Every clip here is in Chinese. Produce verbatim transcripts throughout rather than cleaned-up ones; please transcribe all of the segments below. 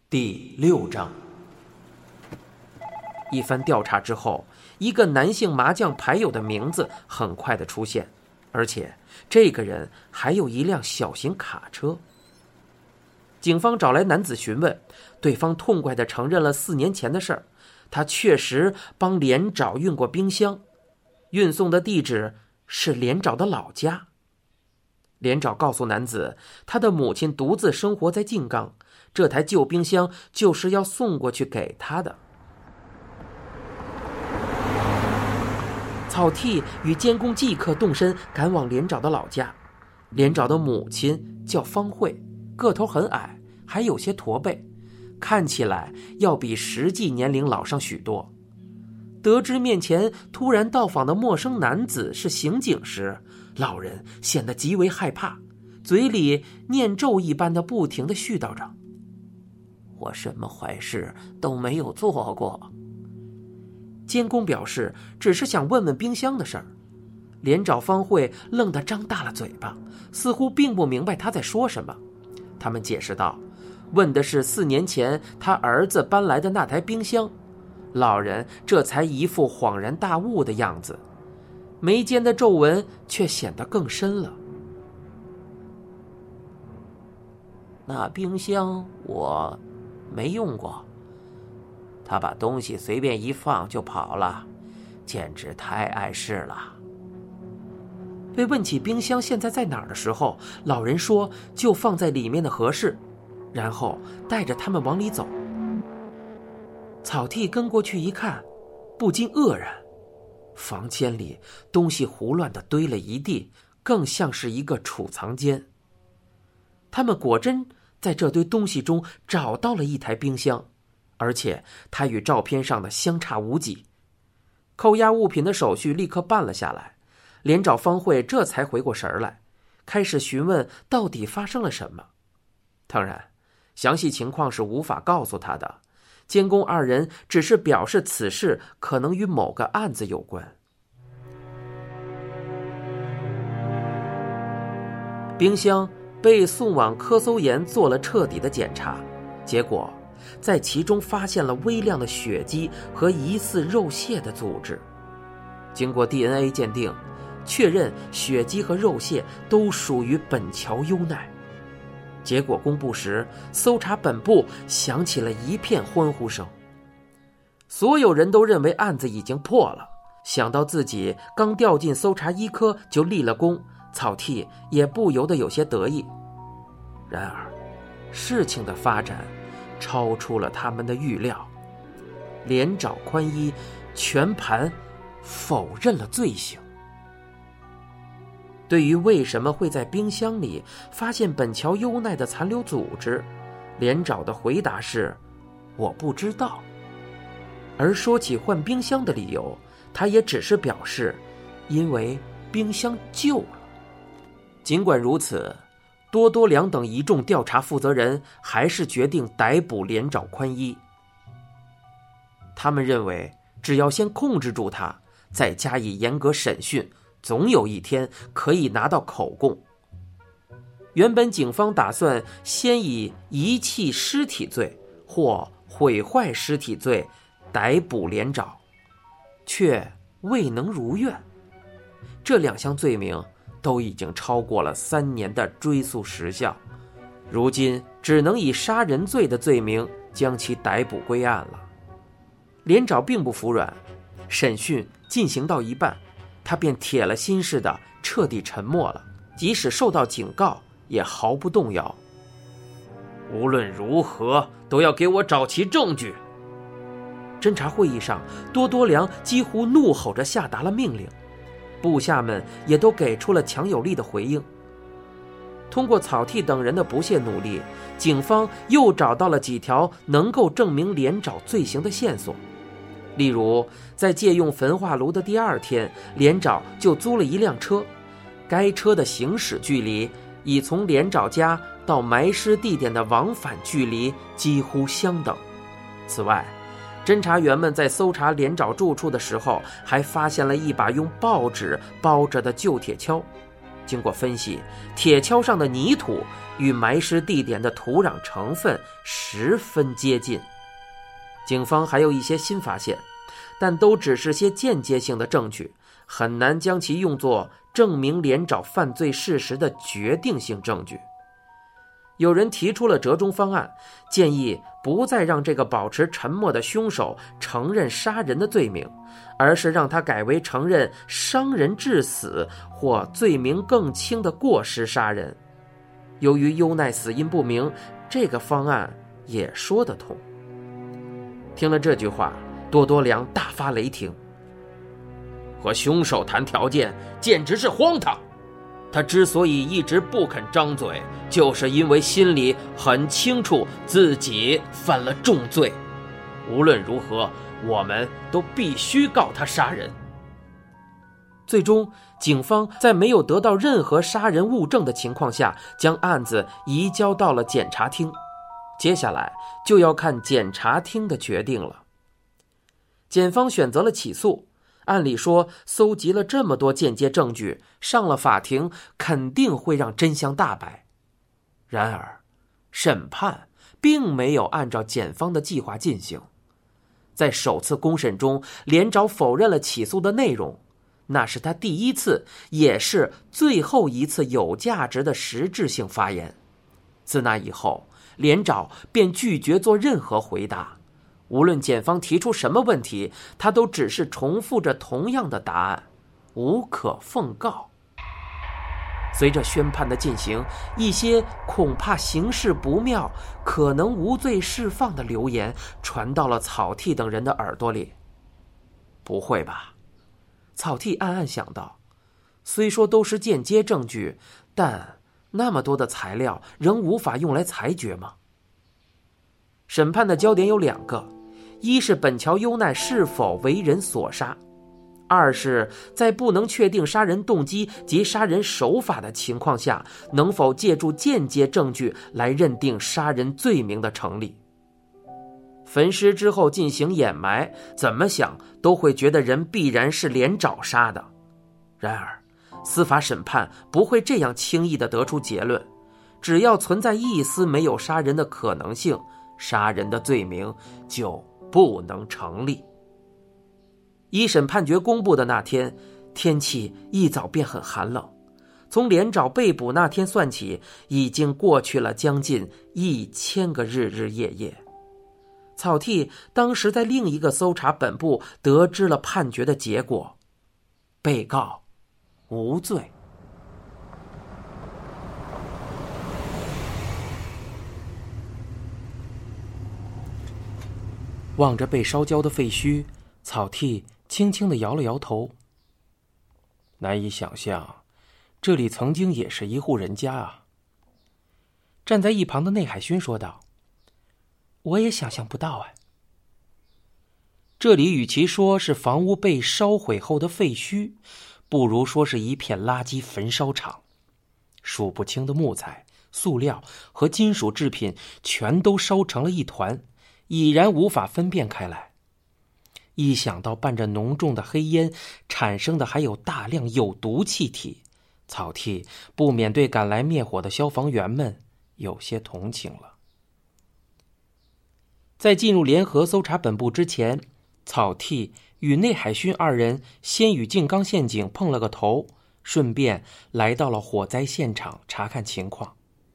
第六章。一番调查之后，一个男性麻将牌友的名字很快的出现，而且这个人还有一辆小型卡车。警方找来男子询问，对方痛快地承认了四年前的事儿，他确实帮连长运过冰箱，运送的地址是连长的老家。连长告诉男子，他的母亲独自生活在静冈，这台旧冰箱就是要送过去给他的。草剃与监工即刻动身赶往连长的老家。连长的母亲叫方慧，个头很矮，还有些驼背，看起来要比实际年龄老上许多。得知面前突然到访的陌生男子是刑警时，老人显得极为害怕，嘴里念咒一般的不停地絮叨着：我什么坏事都没有做过。监工表示只是想问问冰箱的事儿。连长方慧愣得张大了嘴巴，似乎并不明白他在说什么。他们解释道，问的是四年前他儿子搬来的那台冰箱。老人这才一副恍然大悟的样子，眉间的皱纹却显得更深了。那冰箱我没用过，他把东西随便一放就跑了，简直太碍事了。被问起冰箱现在在哪儿的时候，老人说就放在里面的和室，然后带着他们往里走。草剃跟过去一看，不禁愕然，房间里东西胡乱地堆了一地，更像是一个储藏间。他们果真在这堆东西中找到了一台冰箱，而且它与照片上的相差无几。扣押物品的手续立刻办了下来，连长方慧这才回过神来，开始询问到底发生了什么。当然，详细情况是无法告诉他的，监工二人只是表示此事可能与某个案子有关。冰箱被送往科搜研做了彻底的检查，结果在其中发现了微量的血迹和疑似肉屑的组织。经过 D N A 鉴定，确认血迹和肉屑都属于本桥优奈。结果公布时，搜查本部响起了一片欢呼声。所有人都认为案子已经破了，想到自己刚调进搜查一科就立了功，草剃也不由得有些得意。然而，事情的发展超出了他们的预料。连长宽一全盘否认了罪行。对于为什么会在冰箱里发现本桥优奈的残留组织，连长的回答是我不知道。而说起换冰箱的理由，他也只是表示因为冰箱旧了。尽管如此，多多良等一众调查负责人还是决定逮捕连长宽一。他们认为只要先控制住他，再加以严格审讯，总有一天可以拿到口供。原本警方打算先以遗弃尸体罪或毁坏尸体罪逮捕连长，却未能如愿。这两项罪名都已经超过了三年的追诉时效，如今只能以杀人罪的罪名将其逮捕归案了。连长并不服软，审讯进行到一半，他便铁了心似的彻底沉默了，即使受到警告也毫不动摇。无论如何都要给我找齐证据。侦查会议上，多多良几乎怒吼着下达了命令，部下们也都给出了强有力的回应。通过草剃等人的不懈努力，警方又找到了几条能够证明连长罪行的线索。例如，在借用焚化炉的第二天，连长就租了一辆车，该车的行驶距离已从连长家到埋尸地点的往返距离几乎相等。此外，侦查员们在搜查连长住处的时候，还发现了一把用报纸包着的旧铁锹， 经过分析，铁锹上的泥土与埋尸地点的土壤成分十分接近。警方还有一些新发现，但都只是些间接性的证据，很难将其用作证明连长犯罪事实的决定性证据。有人提出了折中方案，建议不再让这个保持沉默的凶手承认杀人的罪名，而是让他改为承认伤人致死或罪名更轻的过失杀人。由于优奈死因不明，这个方案也说得通。听了这句话，多多良大发雷霆，和凶手谈条件简直是荒唐。他之所以一直不肯张嘴，就是因为心里很清楚自己犯了重罪。无论如何，我们都必须告他杀人。最终，警方在没有得到任何杀人物证的情况下，将案子移交到了检察厅。接下来就要看检察厅的决定了。检方选择了起诉。按理说，搜集了这么多间接证据，上了法庭肯定会让真相大白。然而，审判并没有按照检方的计划进行。在首次公审中，连长否认了起诉的内容，那是他第一次，也是最后一次有价值的实质性发言。自那以后，连长便拒绝做任何回答。无论检方提出什么问题，他都只是重复着同样的答案，无可奉告。随着宣判的进行，一些恐怕形势不妙、可能无罪释放的流言传到了草剃等人的耳朵里。不会吧？草剃暗暗想到，虽说都是间接证据，但那么多的材料仍无法用来裁决吗？审判的焦点有两个，一是本桥优奈是否为人所杀，二是在不能确定杀人动机及杀人手法的情况下，能否借助间接证据来认定杀人罪名的成立。焚尸之后进行掩埋，怎么想都会觉得人必然是连长杀的。然而，司法审判不会这样轻易地得出结论，只要存在一丝没有杀人的可能性，杀人的罪名就不能成立。一审判决公布的那天，天气一早便很寒冷。从连长被捕那天算起，已经过去了将近一千个日日夜夜。草剃当时在另一个搜查本部得知了判决的结果，被告无罪。望着被烧焦的废墟，草剃轻轻地摇了摇头。难以想象，这里曾经也是一户人家啊。站在一旁的内海勋说道：“我也想象不到哎。这里与其说是房屋被烧毁后的废墟，不如说是一片垃圾焚烧场。数不清的木材、塑料和金属制品全都烧成了一团，已然无法分辨开来。一想到伴着浓重的黑烟产生的还有大量有毒气体，草剃不免对赶来灭火的消防员们有些同情了。在进入联合搜查本部之前，草剃与内海勋二人先与静冈县警碰了个头，顺便来到了火灾现场查看情况。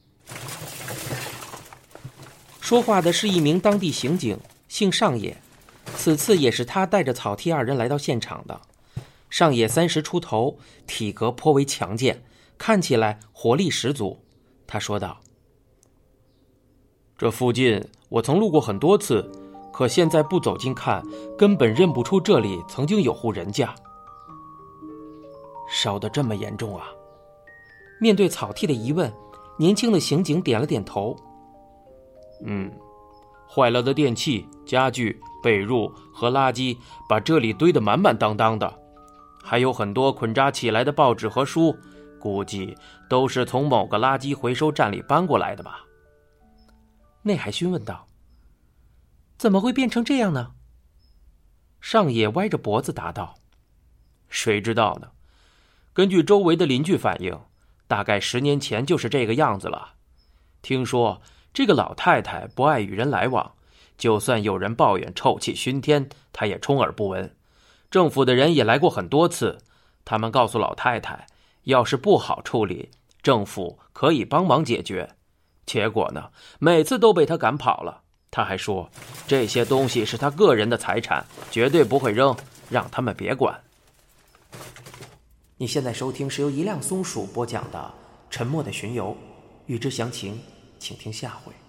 说话的是一名当地刑警，姓上野。此次也是他带着草剃二人来到现场的。上野三十出头，体格颇为强健，看起来活力十足。他说道：“这附近我曾路过很多次，可现在不走近看，根本认不出这里曾经有户人家。”烧得这么严重啊？面对草剃的疑问，年轻的刑警点了点头。嗯，坏了的电器、家具、被褥和垃圾把这里堆得满满当当的，还有很多捆扎起来的报纸和书，估计都是从某个垃圾回收站里搬过来的吧。内海勋问道：“怎么会变成这样呢？”上野歪着脖子答道：“谁知道呢？根据周围的邻居反映， 大概十年前就是这个样子了。听说这个老太太不爱与人来往，就算有人抱怨臭气熏天，她也充耳不闻。政府的人也来过很多次，他们告诉老太太，要是不好处理，政府可以帮忙解决。结果呢，每次都被她赶跑了。她还说，这些东西是她个人的财产，绝对不会扔，让他们别管。 你现在收听是由一辆松鼠播讲的《沉默的巡游》，欲知详情，请听下回。